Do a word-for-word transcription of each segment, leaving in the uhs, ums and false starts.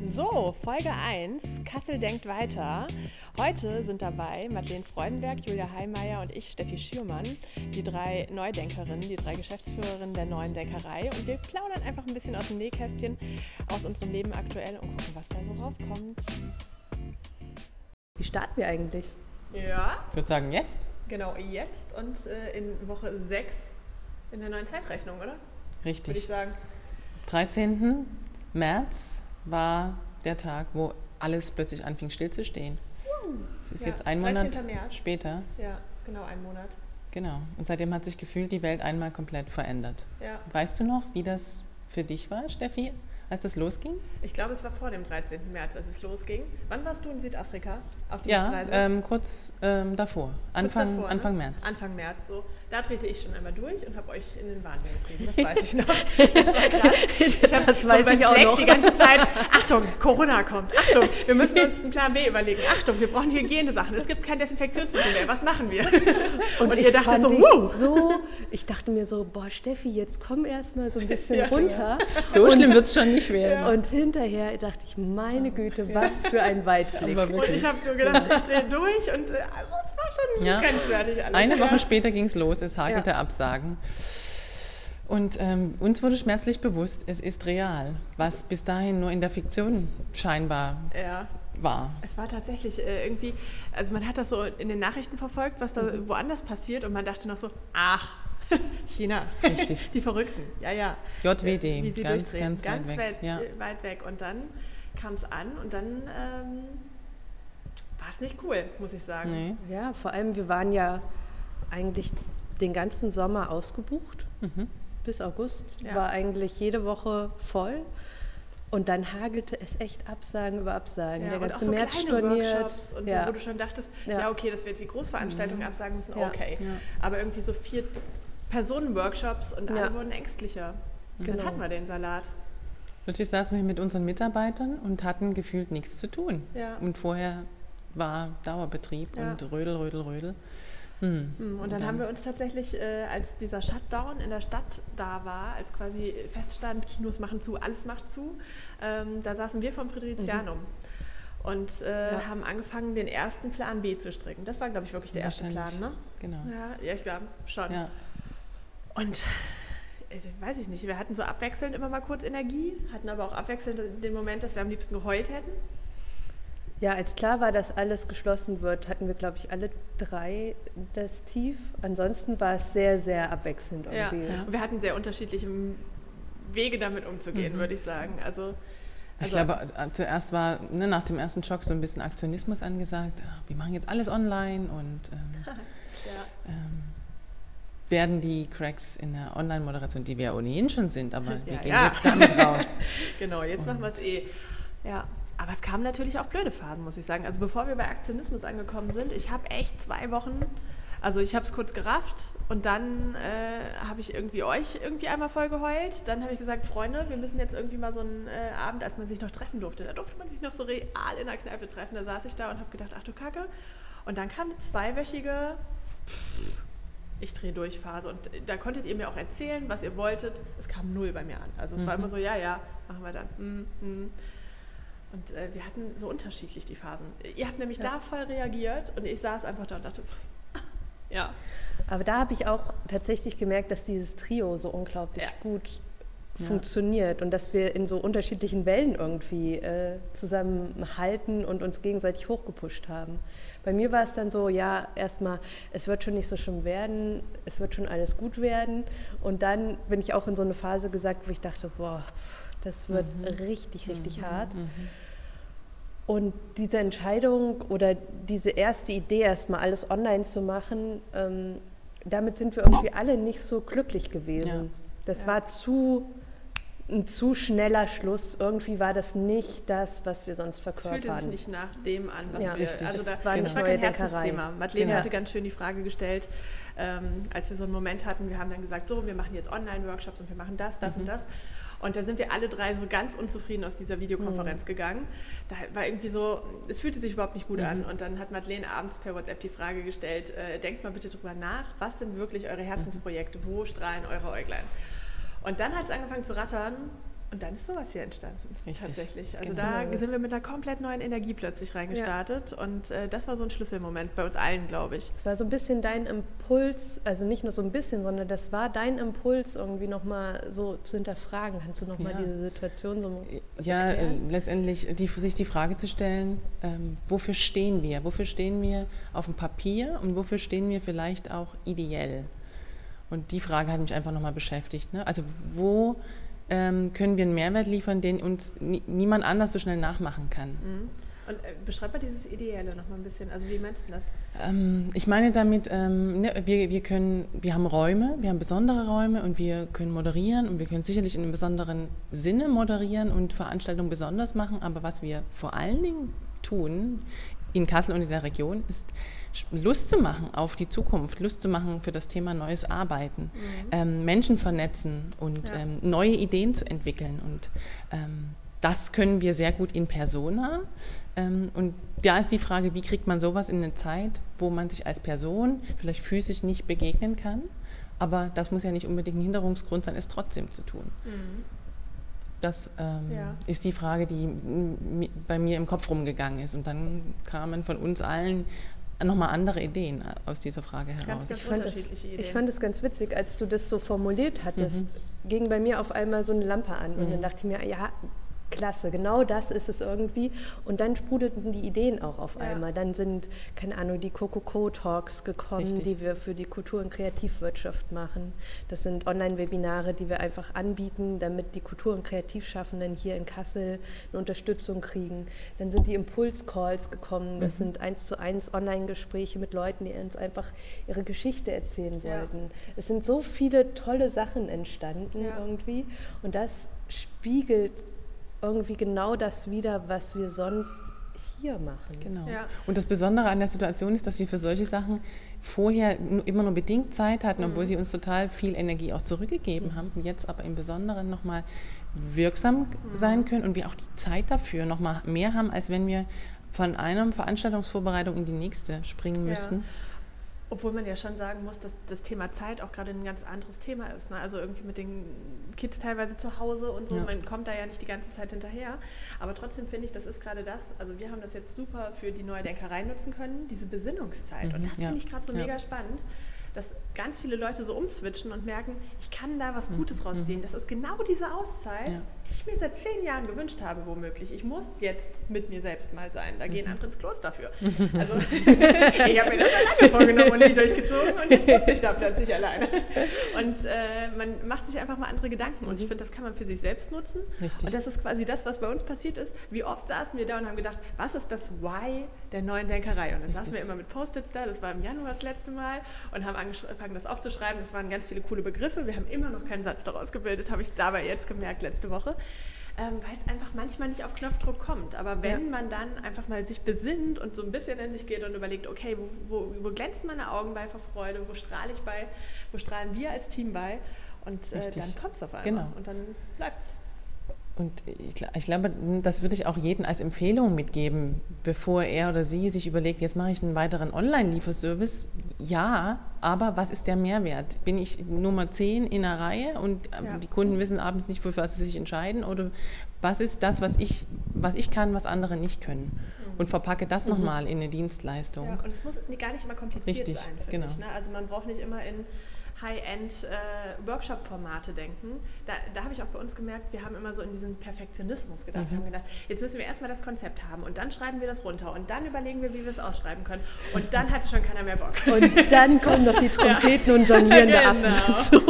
So, Folge eins, Kassel denkt weiter. Heute sind dabei Madeleine Freudenberg, Julia Heimeier und ich, Steffi Schürmann, die drei Neudenkerinnen, die drei Geschäftsführerinnen der Neuen Denkerei. Und wir plaudern einfach ein bisschen aus dem Nähkästchen, aus unserem Leben aktuell und gucken, was da so rauskommt. Wie starten wir eigentlich? Ja. Ich würde sagen jetzt. Genau, jetzt und äh, in Woche sechs in der neuen Zeitrechnung, oder? Richtig. Würde ich sagen. dreizehnten März war der Tag, wo alles plötzlich anfing stillzustehen. Es ist Ja, jetzt ein Monat dreizehnten März. später. Ja, ist genau ein Monat. Genau. Und seitdem hat sich gefühlt die Welt einmal komplett verändert. Ja. Weißt du noch, wie das für dich war, Steffi, als das losging? Ich glaube, es war vor dem dreizehnten März, als es losging. Wann warst du in Südafrika auf Ja, Dienstreise? ähm, kurz ähm, davor. Anfang, Kurz davor, ne? Anfang März. Anfang März, so. Da drehte ich schon einmal durch und habe euch in den Wahnsinn getrieben. Das weiß ich noch. Das war krass. Ich habe Das weiß ich auch Slack noch. die ganze Zeit. Achtung, Corona kommt. Achtung, wir müssen uns einen Plan B überlegen. Achtung, wir brauchen Hygienesachen. Es gibt kein Desinfektionsmittel mehr. Was machen wir? Und, Und ich ihr dachtet fand so, dich wow. so, ich dachte mir so, boah Steffi, jetzt komm erst mal so ein bisschen Ja. runter. So schlimm wird es schon nicht werden. Und hinterher dachte ich, meine Güte, was für ein Weitblick. Aber Und wirklich. ich habe nur gedacht, ich drehe durch und äh, also, es war schon Ja. grenzwertig alles. Eine Woche Ja. später ging es los, es hagelte Ja. Absagen. Und ähm, uns wurde schmerzlich bewusst, es ist real, was bis dahin nur in der Fiktion scheinbar Ja. war. Es war tatsächlich äh, irgendwie, also man hat das so in den Nachrichten verfolgt, was da Mhm. woanders passiert und man dachte noch so, ach, China, Richtig. die Verrückten, ja, ja. J W D, Wie sie ganz, durchdrehen, ganz weit weg. weit, Ja. äh, weit weg. Und dann kam es an und dann ähm, war es nicht cool, muss ich sagen. Nee. Ja, vor allem, wir waren ja eigentlich den ganzen Sommer ausgebucht. Mhm. Bis August Ja. war eigentlich jede Woche voll. Und dann hagelte es echt Absagen über Absagen. Ja, der und ganze auch so März kleine storniert. Workshops und ja. so, wo du schon dachtest, ja, Ja. okay, dass wir jetzt die Großveranstaltungen absagen müssen, Ja. okay. Ja. Aber irgendwie so vier Personen-Workshops und alle Ja. wurden ängstlicher. Dann Genau. hatten wir den Salat. Plötzlich saßen wir mit unseren Mitarbeitern und hatten gefühlt nichts zu tun. Ja. Und vorher war Dauerbetrieb Ja. und Rödel, Rödel, Rödel. Hm. Und, und dann, haben wir uns tatsächlich, äh, als dieser Shutdown in der Stadt da war, als quasi feststand, Kinos machen zu, alles macht zu, ähm, da saßen wir vom Fridericianum und äh, Ja. haben angefangen, den ersten Plan B zu stricken. Das war, glaube ich, wirklich der erste Plan, Wahrscheinlich. ne? Genau. Ja, ja ich glaube schon. Ja. Und äh, weiß ich nicht, wir hatten so abwechselnd immer mal kurz Energie, hatten aber auch abwechselnd den Moment, dass wir am liebsten geheult hätten. Ja, als klar war, dass alles geschlossen wird, hatten wir, glaube ich, alle drei das Tief. Ansonsten war es sehr, sehr abwechselnd Ja. irgendwie. Ja. Und wir hatten sehr unterschiedliche Wege damit umzugehen, Mhm. würde ich sagen. Also, Ich also glaube, äh, zuerst war ne, nach dem ersten Schock so ein bisschen Aktionismus angesagt. Ah, wir machen jetzt alles online und ähm, ja. ähm, werden die Cracks in der Online-Moderation, die wir ja ohnehin schon sind, aber wir Ja, gehen ja. jetzt damit raus. Genau, jetzt machen wir es eh. Ja, aber es kamen natürlich auch blöde Phasen, muss ich sagen. Also bevor wir bei Aktionismus angekommen sind, ich habe echt zwei Wochen, also ich habe es kurz gerafft und dann äh, habe ich irgendwie euch irgendwie einmal voll geheult. Dann habe ich gesagt, Freunde, wir müssen jetzt irgendwie mal so einen äh, Abend, als man sich noch treffen durfte, da durfte man sich noch so real in der Kneipe treffen. Da saß ich da und habe gedacht, ach du Kacke. Und dann kam eine zweiwöchige ich drehe durch Phase und da konntet ihr mir auch erzählen, was ihr wolltet. Es kam null bei mir an. Also es Mhm. war immer so, ja, ja, machen wir dann. Mm, mm. Und äh, wir hatten so unterschiedlich die Phasen. Ihr habt nämlich Ja. da voll reagiert und ich saß einfach da und dachte, ja. Aber da habe ich auch tatsächlich gemerkt, dass dieses Trio so unglaublich Ja. gut Ja. funktioniert und dass wir in so unterschiedlichen Wellen irgendwie äh, zusammenhalten und uns gegenseitig hochgepusht haben. Bei mir war es dann so, ja, erstmal, es wird schon nicht so schlimm werden, es wird schon alles gut werden. Und dann bin ich auch in so eine Phase gesagt, wo ich dachte, boah, das wird Mhm. richtig, richtig Mhm. hart. Mhm. Und diese Entscheidung oder diese erste Idee, erstmal alles online zu machen, ähm, damit sind wir irgendwie alle nicht so glücklich gewesen. Ja. Das Ja. war zu, ein zu schneller Schluss. Irgendwie war das nicht das, was wir sonst Es fühlte verkörpern. sich nicht nach dem an, was Ja, wir... richtig. Also Es da, war das nicht war neue kein Denkerei. Herzensthema. Madeleine Genau. hatte ganz schön die Frage gestellt, ähm, als wir so einen Moment hatten, wir haben dann gesagt, so, wir machen jetzt Online-Workshops und wir machen das, das Mhm. und das. Und da sind wir alle drei so ganz unzufrieden aus dieser Videokonferenz gegangen. Da war irgendwie so, es fühlte sich überhaupt nicht gut Mhm. an. Und dann hat Madeleine abends per WhatsApp die Frage gestellt, äh, denkt mal bitte drüber nach, was sind wirklich eure Herzensprojekte, wo strahlen eure Äuglein? Und dann hat es angefangen zu rattern Und dann ist sowas hier entstanden, Richtig. tatsächlich. Also Genau. da sind wir mit einer komplett neuen Energie plötzlich reingestartet ja. und äh, das war so ein Schlüsselmoment bei uns allen, glaube ich. Es war so ein bisschen dein Impuls, also nicht nur so ein bisschen, sondern das war dein Impuls, irgendwie nochmal so zu hinterfragen. Kannst du nochmal ja. diese Situation so Ja, äh, letztendlich die, sich die Frage zu stellen, ähm, wofür stehen wir? Wofür stehen wir auf dem Papier und wofür stehen wir vielleicht auch ideell? Und die Frage hat mich einfach nochmal beschäftigt. Ne? Also wo ähm, können wir einen Mehrwert liefern, den uns nie, niemand anders so schnell nachmachen kann? Mhm. Und äh, beschreib mal dieses Ideelle nochmal ein bisschen. Also wie meinst du das? Ähm, ich meine damit, ähm, ne, wir, wir, können, wir haben Räume, wir haben besondere Räume und wir können moderieren und wir können sicherlich in einem besonderen Sinne moderieren und Veranstaltungen besonders machen, aber was wir vor allen Dingen tun in Kassel und in der Region, ist Lust zu machen auf die Zukunft, Lust zu machen für das Thema neues Arbeiten, mhm. ähm, Menschen vernetzen und ja. ähm, neue Ideen zu entwickeln. Und ähm, das können wir sehr gut in Persona. Ähm, und da ist die Frage, wie kriegt man sowas in eine Zeit, wo man sich als Person vielleicht physisch nicht begegnen kann, aber das muss ja nicht unbedingt ein Hinderungsgrund sein, es trotzdem zu tun. Mhm. Das ähm, ja. ist die Frage, die m- bei mir im Kopf rumgegangen ist. Und dann kamen von uns allen nochmal andere Ideen aus dieser Frage heraus. Ganz, ganz ich, fand das, Ideen. ich fand es ganz witzig, als du das so formuliert hattest, mhm. ging bei mir auf einmal so eine Lampe an. Mhm. Und dann dachte ich mir, ja, klasse, genau das ist es irgendwie. Und dann sprudelten die Ideen auch auf ja. einmal. Dann sind, keine Ahnung, die Coco-Co-Talks gekommen, Richtig. die wir für die Kultur- und Kreativwirtschaft machen. Das sind Online-Webinare, die wir einfach anbieten, damit die Kultur- und Kreativschaffenden hier in Kassel eine Unterstützung kriegen. Dann sind die Impuls-Calls gekommen. Das mhm. sind eins zu eins Online-Gespräche mit Leuten, die uns einfach ihre Geschichte erzählen ja. wollten. Es sind so viele tolle Sachen entstanden ja. irgendwie. Und das spiegelt irgendwie genau das wieder, was wir sonst hier machen. Genau. Ja. Und das Besondere an der Situation ist, dass wir für solche Sachen vorher immer nur bedingt Zeit hatten, mhm. obwohl sie uns total viel Energie auch zurückgegeben mhm. haben und jetzt aber im Besonderen nochmal wirksam mhm. sein können und wir auch die Zeit dafür nochmal mehr haben, als wenn wir von einer Veranstaltungsvorbereitung in die nächste springen müssten. Ja. Obwohl man ja schon sagen muss, dass das Thema Zeit auch gerade ein ganz anderes Thema ist. Ne? Also irgendwie mit den Kids teilweise zu Hause und so, ja. man kommt da ja nicht die ganze Zeit hinterher. Aber trotzdem finde ich, das ist gerade das, also wir haben das jetzt super für die Neue Denkerei nutzen können, diese Besinnungszeit. Mhm, und das ja. finde ich gerade so ja. mega spannend, dass ganz viele Leute so umswitchen und merken, ich kann da was Gutes rausziehen. Das ist genau diese Auszeit, ja. die ich mir seit zehn Jahren gewünscht habe, womöglich. Ich muss jetzt mit mir selbst mal sein. Da gehen andere ins Kloster für. Also ich habe mir das ja lange vorgenommen und nie durchgezogen und jetzt sitze ich da plötzlich alleine. Und äh, man macht sich einfach mal andere Gedanken und ich finde, das kann man für sich selbst nutzen. Richtig. Und das ist quasi das, was bei uns passiert ist. Wie oft saßen wir da und haben gedacht, was ist das Why der Neuen Denkerei? Und dann Richtig. saßen wir immer mit Post-its da, das war im Januar das letzte Mal, und haben angefangen, das aufzuschreiben. Das waren ganz viele coole Begriffe. Wir haben immer noch keinen Satz daraus gebildet, habe ich dabei jetzt gemerkt letzte Woche, ähm, weil es einfach manchmal nicht auf Knopfdruck kommt. Aber wenn ja. man dann einfach mal sich besinnt und so ein bisschen in sich geht und überlegt, okay, wo, wo, wo glänzen meine Augen bei vor Freude, wo strahle ich bei, wo strahlen wir als Team bei, und äh, dann kommt es auf einmal genau. und dann läuft's. Und ich, ich glaube, das würde ich auch jedem als Empfehlung mitgeben, bevor er oder sie sich überlegt, jetzt mache ich einen weiteren Online-Lieferservice. Ja, aber was ist der Mehrwert? Bin ich Nummer zehn in einer Reihe und ja. die Kunden wissen abends nicht, für was sie sich entscheiden? Oder was ist das, was ich, was ich kann, was andere nicht können? Mhm. Und verpacke das mhm. nochmal in eine Dienstleistung. Ja, und es muss gar nicht immer kompliziert Richtig, sein, finde genau. ich. Ne? Also man braucht nicht immer in High-End-Workshop-Formate äh, denken. Da, da habe ich auch bei uns gemerkt, wir haben immer so in diesen Perfektionismus gedacht. Mhm. Wir haben gedacht, jetzt müssen wir erstmal das Konzept haben und dann schreiben wir das runter und dann überlegen wir, wie wir es ausschreiben können. Und dann hatte schon keiner mehr Bock. Und dann kommen noch die Trompeten ja. und jonglierende genau. Affen dazu.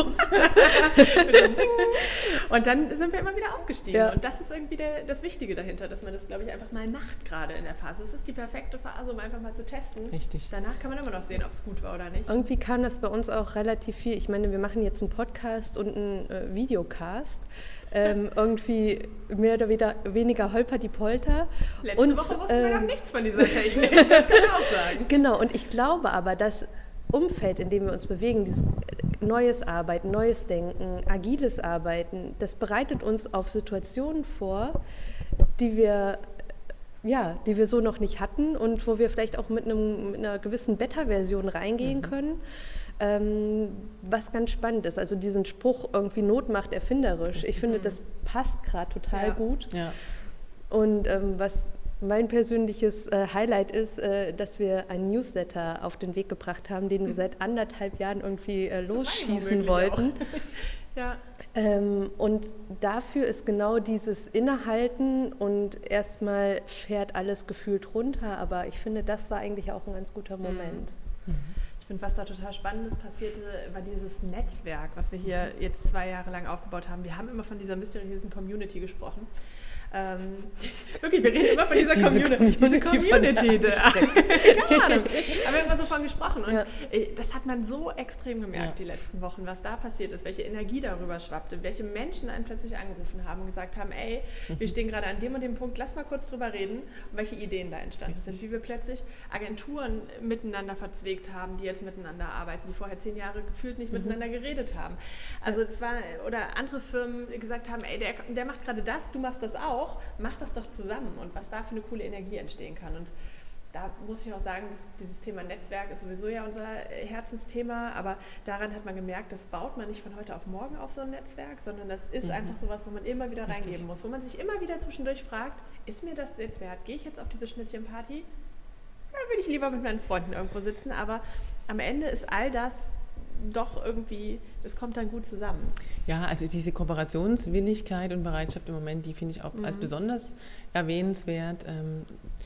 Und dann sind wir immer wieder ausgestiegen. Ja. Und das ist irgendwie der, das Wichtige dahinter, dass man das, glaube ich, einfach mal macht, gerade in der Phase. Es ist die perfekte Phase, um einfach mal zu testen. Richtig. Danach kann man immer noch sehen, ob es gut war oder nicht. Irgendwie kam das bei uns auch relativ viel. Ich meine, wir machen jetzt einen Podcast und einen äh, Videocast. Ähm, irgendwie mehr oder weniger, weniger holper-die-polter. Letzte und, Woche wussten äh, wir noch nichts von dieser Technik, das kann man auch sagen. Genau, und ich glaube aber, das Umfeld, in dem wir uns bewegen, dieses neues Arbeiten, neues Denken, agiles Arbeiten, das bereitet uns auf Situationen vor, die wir ja, die wir so noch nicht hatten und wo wir vielleicht auch mit, einem, mit einer gewissen Beta-Version reingehen mhm. können, ähm, was ganz spannend ist. Also diesen Spruch irgendwie Not macht erfinderisch. Ich finde, das passt gerade total ja. gut. Ja. Und ähm, was mein persönliches äh, Highlight ist, äh, dass wir einen Newsletter auf den Weg gebracht haben, den wir seit anderthalb Jahren irgendwie äh, losschießen wollten. ja. Ähm, und dafür ist genau dieses Innehalten und erstmal fährt alles gefühlt runter, aber ich finde, das war eigentlich auch ein ganz guter Moment. Mhm. Ich finde, was da total Spannendes passierte, war dieses Netzwerk, was wir hier jetzt zwei Jahre lang aufgebaut haben. Wir haben immer von dieser mysteriösen Community gesprochen. Ähm, wirklich, wir reden immer von dieser diese Community. Community Diese Community. Da. Keine Ahnung. Aber wir haben immer so von gesprochen. Und ja. das hat man so extrem gemerkt, ja. die letzten Wochen, was da passiert ist, welche Energie darüber schwappte, welche Menschen einen plötzlich angerufen haben und gesagt haben, ey, wir stehen gerade an dem und dem Punkt, lass mal kurz drüber reden, und welche Ideen da entstanden sind, wie wir plötzlich Agenturen miteinander verzwegt haben, die jetzt miteinander arbeiten, die vorher zehn Jahre gefühlt nicht mhm. miteinander geredet haben. Also das war, oder andere Firmen gesagt haben, ey, der, der macht gerade das, du machst das auch, macht das doch zusammen und was da für eine coole Energie entstehen kann. Und da muss ich auch sagen, dass dieses Thema Netzwerk ist sowieso ja unser Herzensthema, aber daran hat man gemerkt, das baut man nicht von heute auf morgen auf so ein Netzwerk, sondern das ist mhm. einfach sowas, wo man immer wieder Richtig. reingeben muss, wo man sich immer wieder zwischendurch fragt, ist mir das jetzt wert? Gehe ich jetzt auf diese Schnittchenparty? Dann würde ich lieber mit meinen Freunden irgendwo sitzen, aber am Ende ist all das doch irgendwie, das kommt dann gut zusammen. Ja, also diese Kooperationswilligkeit und Bereitschaft im Moment, die finde ich auch mhm. als besonders erwähnenswert. Ähm,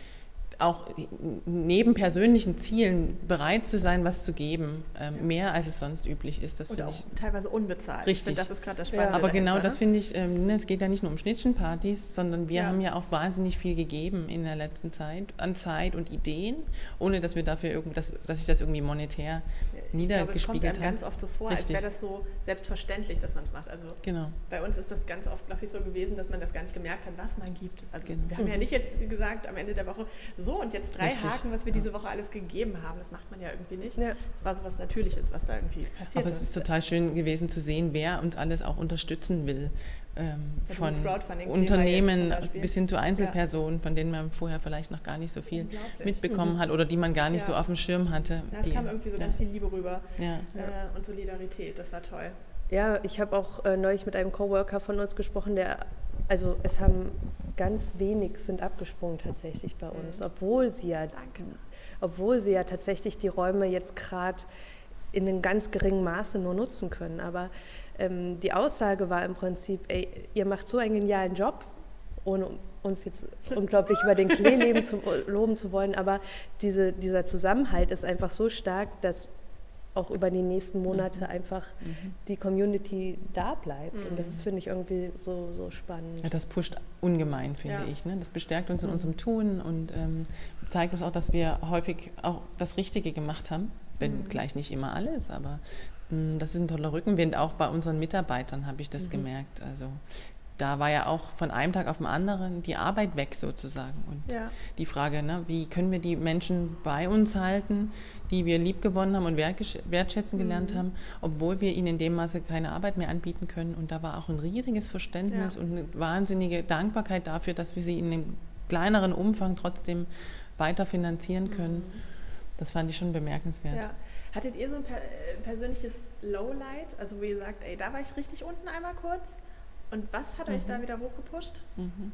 auch neben persönlichen Zielen bereit zu sein, was zu geben, ähm, ja. mehr als es sonst üblich ist. Das und auch ich teilweise unbezahlt. Richtig. Ich finde, das ist gerade das Spannende. Ja. Aber dahinter, genau das ne? finde ich, ähm, es geht ja nicht nur um Schnittchenpartys, sondern wir ja. haben ja auch wahnsinnig viel gegeben in der letzten Zeit an Zeit und Ideen, ohne dass wir dafür irgendwie, dass, dass ich das irgendwie monetär ich niedergespiegelt glaube, es kommt einem habe. ganz oft so vor, Richtig. als wäre das so selbstverständlich, dass man es macht. Also genau. bei uns ist das ganz oft, glaube ich, so gewesen, dass man das gar nicht gemerkt hat, was man gibt. Also genau. wir haben mhm. ja nicht jetzt gesagt am Ende der Woche, so und jetzt drei Richtig. Haken, was wir ja. diese Woche alles gegeben haben. Das macht man ja irgendwie nicht. Ja. Das war so was Natürliches, was da irgendwie passiert ist. Aber es ist total schön gewesen zu sehen, wer uns alles auch unterstützen will. Ähm, ja, von Unternehmen bis hin zu Einzelpersonen, ja. von denen man vorher vielleicht noch gar nicht so viel mitbekommen mhm. hat oder die man gar nicht ja. so auf dem Schirm hatte. Ja, es die, kam irgendwie so ja. ganz viel Liebe rüber ja. äh, und Solidarität. Das war toll. Ja, ich habe auch äh, neulich mit einem Coworker von uns gesprochen, der, also es haben ganz wenig sind abgesprungen tatsächlich bei uns, mhm. obwohl sie ja, Danke. obwohl sie ja tatsächlich die Räume jetzt gerade in einem ganz geringen Maße nur nutzen können. Aber ähm, die Aussage war im Prinzip, ey, ihr macht so einen genialen Job, ohne uns jetzt unglaublich über den Klee leben zu, loben zu wollen, aber diese, dieser Zusammenhalt ist einfach so stark, dass auch über die nächsten Monate mhm. einfach mhm. die Community da bleibt. Mhm. Und das finde ich irgendwie so, so spannend. Ja, das pusht ungemein, finde ja. ich. Ne? Das bestärkt uns in mhm. unserem Tun und ähm, zeigt uns auch, dass wir häufig auch das Richtige gemacht haben. Wenn mhm. gleich nicht immer alles, aber mh, das ist ein toller Rückenwind. Auch bei unseren Mitarbeitern habe ich das mhm. gemerkt. Also da war ja auch von einem Tag auf den anderen die Arbeit weg sozusagen. Und ja. die Frage, ne, wie können wir die Menschen bei uns halten, die wir lieb gewonnen haben und wertschätzen gelernt mhm. haben, obwohl wir ihnen in dem Maße keine Arbeit mehr anbieten können. Und da war auch ein riesiges Verständnis ja. und eine wahnsinnige Dankbarkeit dafür, dass wir sie in einem kleineren Umfang trotzdem weiter finanzieren können. Mhm. Das fand ich schon bemerkenswert. Ja. Hattet ihr so ein per- persönliches Lowlight, also wo ihr sagt, ey, da war ich richtig unten einmal kurz? Und was hat mhm. euch da wieder hochgepusht? Mhm.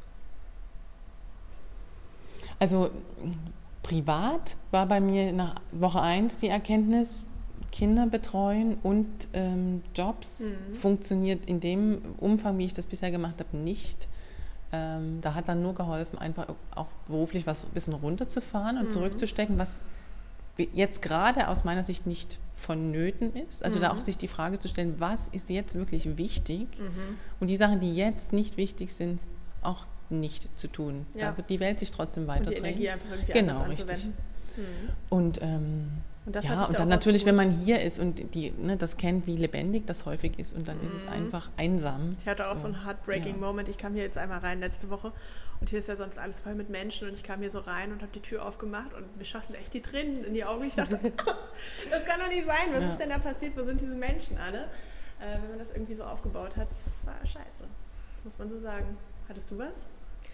Also privat war bei mir nach Woche eins die Erkenntnis, Kinder betreuen und ähm, Jobs mhm. funktioniert in dem Umfang, wie ich das bisher gemacht habe, nicht. Ähm, da hat dann nur geholfen, einfach auch beruflich was ein bisschen runterzufahren und mhm. zurückzustecken, was jetzt gerade aus meiner Sicht nicht vonnöten ist. Also mhm. da auch sich die Frage zu stellen, was ist jetzt wirklich wichtig mhm. und die Sachen, die jetzt nicht wichtig sind, auch nicht zu tun. Ja. Da wird die Welt sich trotzdem weiter drehen. Und die Energie einfach irgendwie genau, anders richtig. anzuwenden. Mhm. Und, ähm, und das ja, und da dann natürlich, wenn man hier ist und die, ne, das kennt, wie lebendig das häufig ist und dann mhm. ist es einfach einsam. Ich hatte auch so, so einen heartbreaking ja. Moment. Ich kam hier jetzt einmal rein letzte Woche und hier ist ja sonst alles voll mit Menschen und ich kam hier so rein und habe die Tür aufgemacht und mir schossen echt die Tränen in die Augen. Ich dachte, das kann doch nicht sein. Was ja. ist denn da passiert? Wo sind diese Menschen alle? Äh, wenn man das irgendwie so aufgebaut hat, das war scheiße. Muss man so sagen. Hattest du was?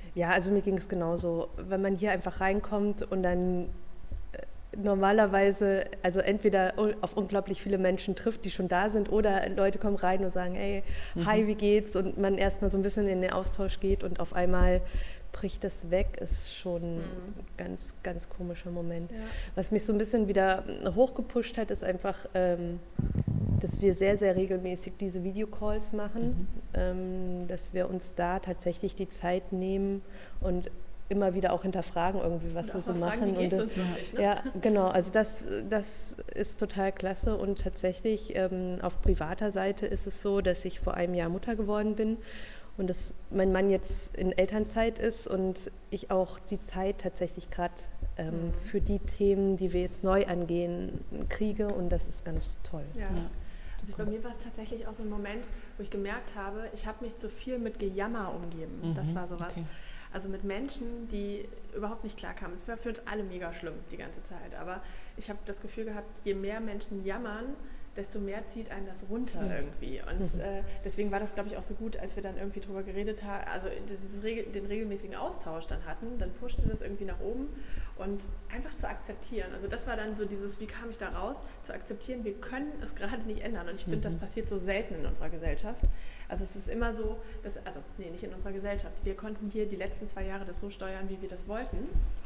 Ja, also mir ging es genauso. Wenn man hier einfach reinkommt und dann normalerweise, also entweder auf unglaublich viele Menschen trifft, die schon da sind, oder Leute kommen rein und sagen, ey, mhm. hi, wie geht's? Und man erstmal so ein bisschen in den Austausch geht und auf einmal bricht das weg, ist schon ein mhm. ganz, ganz komischer Moment. Ja. Was mich so ein bisschen wieder hochgepusht hat, ist einfach, ähm, dass wir sehr, sehr regelmäßig diese Videocalls machen, mhm. ähm, dass wir uns da tatsächlich die Zeit nehmen und immer wieder auch hinterfragen irgendwie, was wir so machen. Fragen, wie geht's uns wirklich, ne? Ja, genau. Also das, das ist total klasse und tatsächlich ähm, auf privater Seite ist es so, dass ich vor einem Jahr Mutter geworden bin und dass mein Mann jetzt in Elternzeit ist und ich auch die Zeit tatsächlich gerade ähm, mhm. für die Themen, die wir jetzt neu angehen, kriege und das ist ganz toll. Ja. Ja. Also bei mir war es tatsächlich auch so ein Moment, wo ich gemerkt habe, ich habe mich zu viel mit Gejammer umgeben. Mhm. Das war sowas. Okay. Also mit Menschen, die überhaupt nicht klarkamen. Es war für uns alle mega schlimm die ganze Zeit. Aber ich habe das Gefühl gehabt, je mehr Menschen jammern, desto mehr zieht einen das runter irgendwie. Und mhm. äh, deswegen war das, glaube ich, auch so gut, als wir dann irgendwie drüber geredet haben, also dieses Regel, den regelmäßigen Austausch dann hatten, dann pushte das irgendwie nach oben und einfach zu akzeptieren. Also das war dann so dieses, wie kam ich da raus, zu akzeptieren, wir können es gerade nicht ändern. Und ich finde, mhm. das passiert so selten in unserer Gesellschaft. Also es ist immer so, dass, also nee, nicht in unserer Gesellschaft. Wir konnten hier die letzten zwei Jahre das so steuern, wie wir das wollten.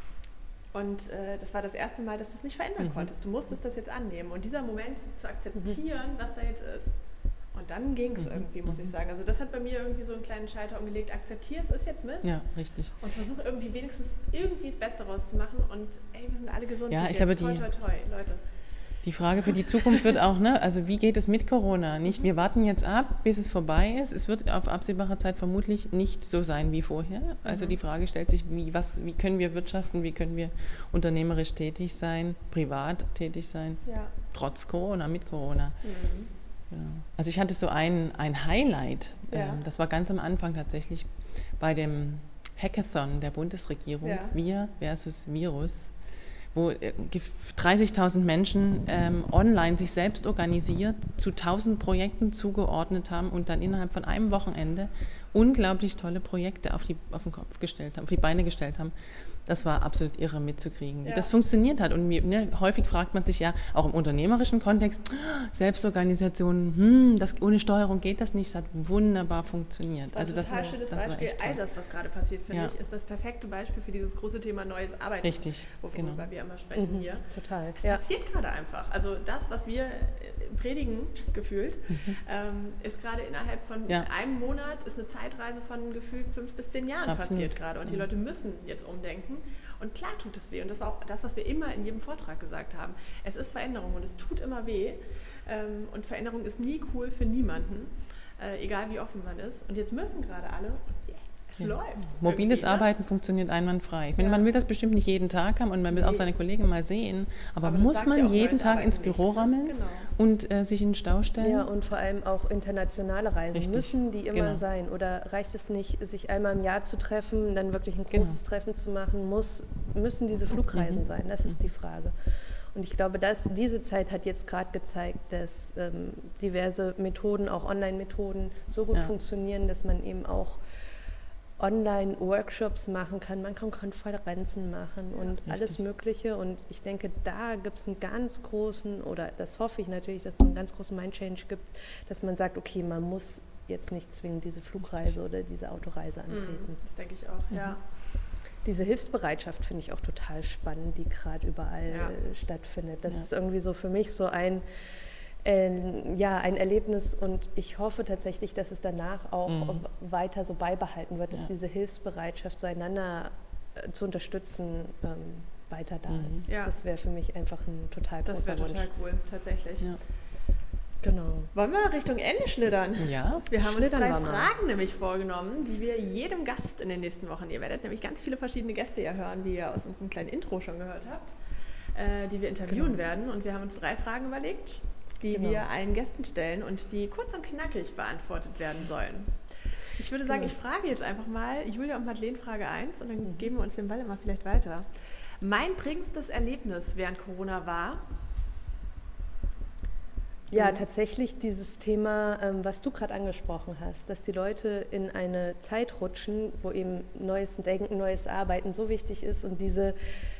Und äh, das war das erste Mal, dass du es nicht verändern mhm. konntest. Du musstest das jetzt annehmen. Und dieser Moment zu akzeptieren, mhm. was da jetzt ist. Und dann ging es mhm. irgendwie, muss ich sagen. Also das hat bei mir irgendwie so einen kleinen Schalter umgelegt. Akzeptier es, ist jetzt Mist. Ja, richtig. Und versuche irgendwie wenigstens irgendwie das Beste rauszumachen. Und ey, wir sind alle gesund. Ja, ich glaube, die, toi, toi, toi, Leute. Die Frage für die Zukunft wird auch, ne, also wie geht es mit Corona? Nicht, wir warten jetzt ab, bis es vorbei ist. Es wird auf absehbare Zeit vermutlich nicht so sein wie vorher. Also mhm. die Frage stellt sich, wie, was, wie können wir wirtschaften, wie können wir unternehmerisch tätig sein, privat tätig sein, ja. trotz Corona, mit Corona. Mhm. Genau. Also ich hatte so ein, ein Highlight, ja. ähm, das war ganz am Anfang tatsächlich bei dem Hackathon der Bundesregierung, ja. Wir versus Virus, wo dreißigtausend Menschen ähm, online sich selbst organisiert, zu tausend Projekten zugeordnet haben und dann innerhalb von einem Wochenende unglaublich tolle Projekte auf, die, auf den Kopf gestellt haben, auf die Beine gestellt haben. Das war absolut irre mitzukriegen, wie ja. das funktioniert hat. Und mir, ne, häufig fragt man sich ja, auch im unternehmerischen Kontext, Selbstorganisation, hm, das, ohne Steuerung geht das nicht, es hat wunderbar funktioniert. Das war also ein das total war, schönes das Beispiel. All das, was gerade passiert, finde ja. ich, ist das perfekte Beispiel für dieses große Thema neues Arbeiten. Richtig, worüber genau. wir immer sprechen mhm, hier. Total. Es ja. passiert gerade einfach. Also das, was wir predigen, gefühlt, mhm. ähm, ist gerade innerhalb von ja. einem Monat, ist eine Zeitreise von gefühlt fünf bis zehn Jahren Absolut. passiert gerade. Und die mhm. Leute müssen jetzt umdenken. Und klar tut es weh. Und das war auch das, was wir immer in jedem Vortrag gesagt haben. Es ist Veränderung und es tut immer weh. Ähm, und Veränderung ist nie cool für niemanden, äh, egal wie offen man ist. Und jetzt müssen gerade alle, und yeah, es ja. läuft. Mobiles Arbeiten ne? funktioniert einwandfrei. Ich meine, ja. man will das bestimmt nicht jeden Tag haben und man will nee. auch seine Kollegen mal sehen. Aber, aber muss man ja jeden Tag ins Büro nicht. rammeln genau. und äh, sich in den Stau stellen? Ja, und vor allem auch internationale Reisen. Richtig. Müssen die immer genau. sein? Oder reicht es nicht, sich einmal im Jahr zu treffen, dann wirklich ein großes genau. Treffen zu machen? Muss, müssen diese Flugreisen mhm. sein? Das ist die Frage. Und ich glaube, dass diese Zeit hat jetzt gerade gezeigt, dass ähm, diverse Methoden, auch Online-Methoden, so gut ja. funktionieren, dass man eben auch Online-Workshops machen kann, man kann Konferenzen machen und Richtig. alles Mögliche. Und ich denke, da gibt es einen ganz großen, oder das hoffe ich natürlich, dass es einen ganz großen Mind-Change gibt, dass man sagt, okay, man muss jetzt nicht zwingend diese Flugreise oder diese Autoreise antreten. Das denke ich auch, mhm. ja. Diese Hilfsbereitschaft finde ich auch total spannend, die gerade überall ja. stattfindet. Das ja. ist irgendwie so für mich so ein Ein, ja, ein Erlebnis und ich hoffe tatsächlich, dass es danach auch mhm. weiter so beibehalten wird, dass ja. diese Hilfsbereitschaft, zueinander äh, zu unterstützen, ähm, weiter da mhm. ist. Ja. Das wäre für mich einfach ein total großer Wunsch. Das wäre total cool, tatsächlich. Ja. Genau. Wollen wir Richtung Ende schlittern? Ja. Wir haben uns drei Fragen nämlich vorgenommen, die wir jedem Gast in den nächsten Wochen, ihr werdet nämlich ganz viele verschiedene Gäste ja hören, wie ihr aus unserem kleinen Intro schon gehört habt, äh, die wir interviewen genau. werden. Und wir haben uns drei Fragen überlegt, die genau. wir allen Gästen stellen und die kurz und knackig beantwortet werden sollen. Ich würde sagen, genau. ich frage jetzt einfach mal Julia und Madeleine Frage eins und dann mhm. geben wir uns den Ball immer vielleicht weiter. Mein prägendstes Erlebnis während Corona war? Ja, tatsächlich dieses Thema, ähm, was du gerade angesprochen hast, dass die Leute in eine Zeit rutschen, wo eben neues Denken, neues Arbeiten so wichtig ist und diese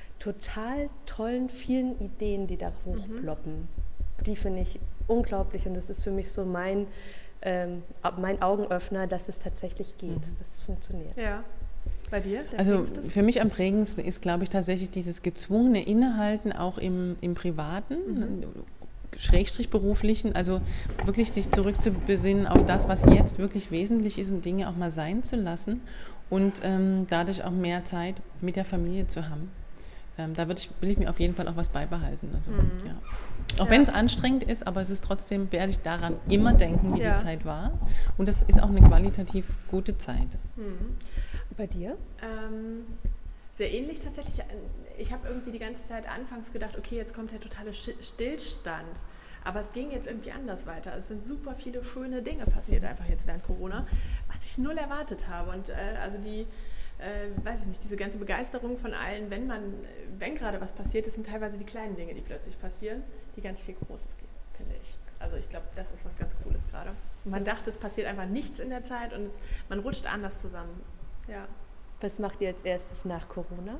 total tollen, vielen Ideen, die da hochploppen, mhm. die finde ich unglaublich und das ist für mich so mein, ähm, mein Augenöffner, dass es tatsächlich geht, mhm. dass es funktioniert. Ja. Bei dir? Also für mich am prägendsten ist, glaube ich, tatsächlich dieses gezwungene Innehalten auch im, im Privaten, mhm. Schrägstrich beruflichen, also wirklich sich zurückzubesinnen auf das, was jetzt wirklich wesentlich ist und Dinge auch mal sein zu lassen und ähm, dadurch auch mehr Zeit mit der Familie zu haben. Ähm, da würde ich, will ich mir auf jeden Fall auch was beibehalten. Also, mhm. ja. Auch ja. wenn es anstrengend ist, aber es ist trotzdem, werde ich daran immer denken, wie ja. die Zeit war. Und das ist auch eine qualitativ gute Zeit. Mhm. Bei dir? Ähm, sehr ähnlich tatsächlich. Ich habe irgendwie die ganze Zeit anfangs gedacht, okay, jetzt kommt der totale Stillstand. Aber es ging jetzt irgendwie anders weiter. Es sind super viele schöne Dinge passiert, mhm. einfach jetzt während Corona, was ich null erwartet habe. Und äh, also die, äh, weiß ich nicht, diese ganze Begeisterung von allen, wenn man, wenn gerade was passiert, das sind teilweise die kleinen Dinge, die plötzlich passieren, die ganz viel Großes geben, finde ich. Also ich glaube, das ist was ganz Cooles gerade. Man dachte, es passiert einfach nichts in der Zeit und es, man rutscht anders zusammen. Ja. Was macht ihr als erstes nach Corona?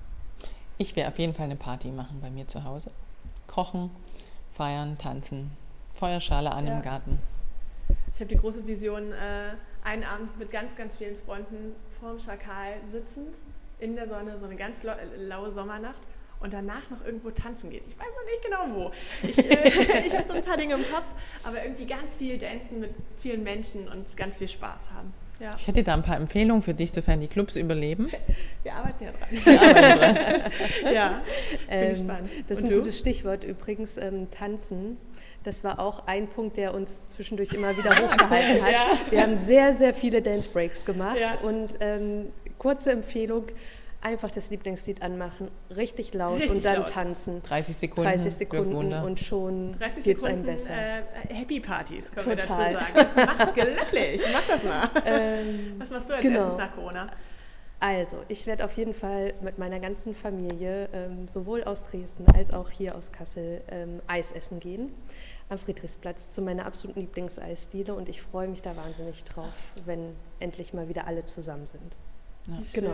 Ich werde auf jeden Fall eine Party machen bei mir zu Hause. Kochen, feiern, tanzen, Feuerschale an ja. im Garten. Ich habe die große Vision, äh, einen Abend mit ganz, ganz vielen Freunden vorm Schakal sitzend, in der Sonne, so eine ganz lau- laue Sommernacht und danach noch irgendwo tanzen gehen. Ich weiß noch nicht genau wo. Ich, äh, ich habe so ein paar Dinge im Kopf, aber irgendwie ganz viel dancen mit vielen Menschen und ganz viel Spaß haben. Ja. Ich hätte da ein paar Empfehlungen für dich, sofern die Clubs überleben. Wir arbeiten ja dran. Wir arbeiten dran. Ja, bin ähm, gespannt. Das ist Und ein du? gutes Stichwort übrigens, ähm, Tanzen. Das war auch ein Punkt, der uns zwischendurch immer wieder hochgehalten hat. Ja. Wir haben sehr, sehr viele Dance Breaks gemacht ja. und ähm, kurze Empfehlung, einfach das Lieblingslied anmachen, richtig laut richtig und dann laut. tanzen. dreißig Sekunden. dreißig Sekunden und schon geht es einem besser. Äh, Happy Partys, können Total. wir dazu sagen. Das macht glücklich. Mach das mal. Ähm, Was machst du als genau. erstes nach Corona? Also, ich werde auf jeden Fall mit meiner ganzen Familie, ähm, sowohl aus Dresden als auch hier aus Kassel, ähm, Eis essen gehen. Am Friedrichsplatz zu meiner absoluten Lieblingseisdiele und ich freue mich da wahnsinnig drauf, wenn endlich mal wieder alle zusammen sind. Ja. Genau.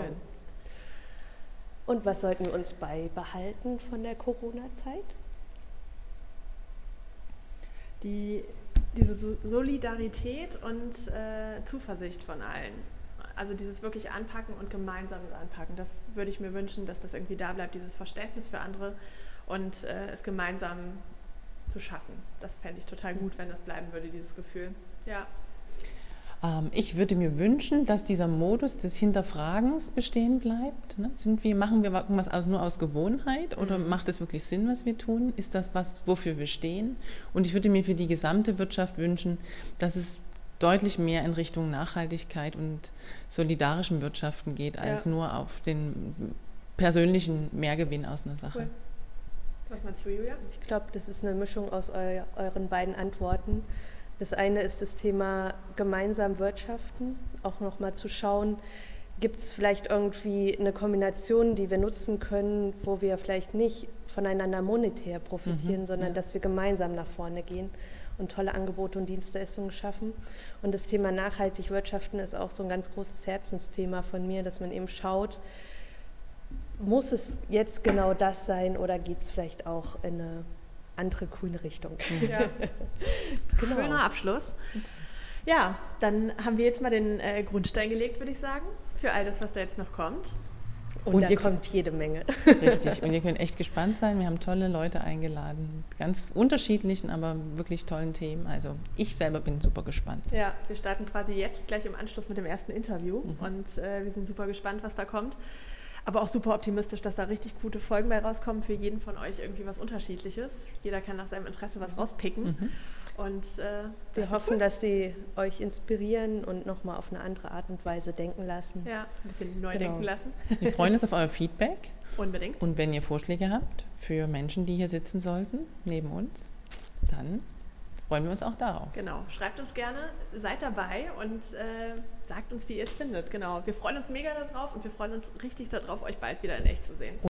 Und was sollten wir uns beibehalten von der Corona-Zeit? Die, diese Solidarität und äh, Zuversicht von allen. Also dieses wirklich Anpacken und gemeinsames Anpacken. Das würde ich mir wünschen, dass das irgendwie da bleibt, dieses Verständnis für andere und äh, es gemeinsam zu schaffen. Das fände ich total gut, wenn das bleiben würde, dieses Gefühl. Ja. Ähm, ich würde mir wünschen, dass dieser Modus des Hinterfragens bestehen bleibt. Ne? Sind wir, machen wir was aus, nur aus Gewohnheit oder mhm. macht es wirklich Sinn, was wir tun? Ist das was, wofür wir stehen? Und ich würde mir für die gesamte Wirtschaft wünschen, dass es deutlich mehr in Richtung Nachhaltigkeit und solidarischem Wirtschaften geht, als ja. nur auf den persönlichen Mehrgewinn aus einer Sache. Cool. Was meinst du, Julia? Ich glaube, das ist eine Mischung aus eu- euren beiden Antworten. Das eine ist das Thema gemeinsam wirtschaften, auch nochmal zu schauen, gibt es vielleicht irgendwie eine Kombination, die wir nutzen können, wo wir vielleicht nicht voneinander monetär profitieren, mhm, sondern ja. dass wir gemeinsam nach vorne gehen und tolle Angebote und Dienstleistungen schaffen. Und das Thema nachhaltig wirtschaften ist auch so ein ganz großes Herzensthema von mir, dass man eben schaut, muss es jetzt genau das sein oder geht es vielleicht auch in eine andere grüne Richtung? Ja. Genau. Schöner Abschluss. Ja, dann haben wir jetzt mal den äh, Grundstein gelegt, würde ich sagen, für all das, was da jetzt noch kommt. Und, und da kommt jede Menge. Richtig, und ihr könnt echt gespannt sein. Wir haben tolle Leute eingeladen, ganz unterschiedlichen, aber wirklich tollen Themen. Also ich selber bin super gespannt. Ja, wir starten quasi jetzt gleich im Anschluss mit dem ersten Interview mhm. und äh, wir sind super gespannt, was da kommt. Aber auch super optimistisch, dass da richtig gute Folgen bei rauskommen. Für jeden von euch irgendwie was Unterschiedliches. Jeder kann nach seinem Interesse was rauspicken. Mhm. Und äh, wir hoffen, cool. dass sie euch inspirieren und nochmal auf eine andere Art und Weise denken lassen. Ja, ein bisschen neu genau. denken lassen. Wir freuen uns auf euer Feedback. Unbedingt. Und wenn ihr Vorschläge habt für Menschen, die hier sitzen sollten, neben uns, dann freuen wir uns auch darauf. Genau, schreibt uns gerne, seid dabei und äh, sagt uns, wie ihr es findet. Genau, wir freuen uns mega darauf und wir freuen uns richtig darauf, euch bald wieder in echt zu sehen.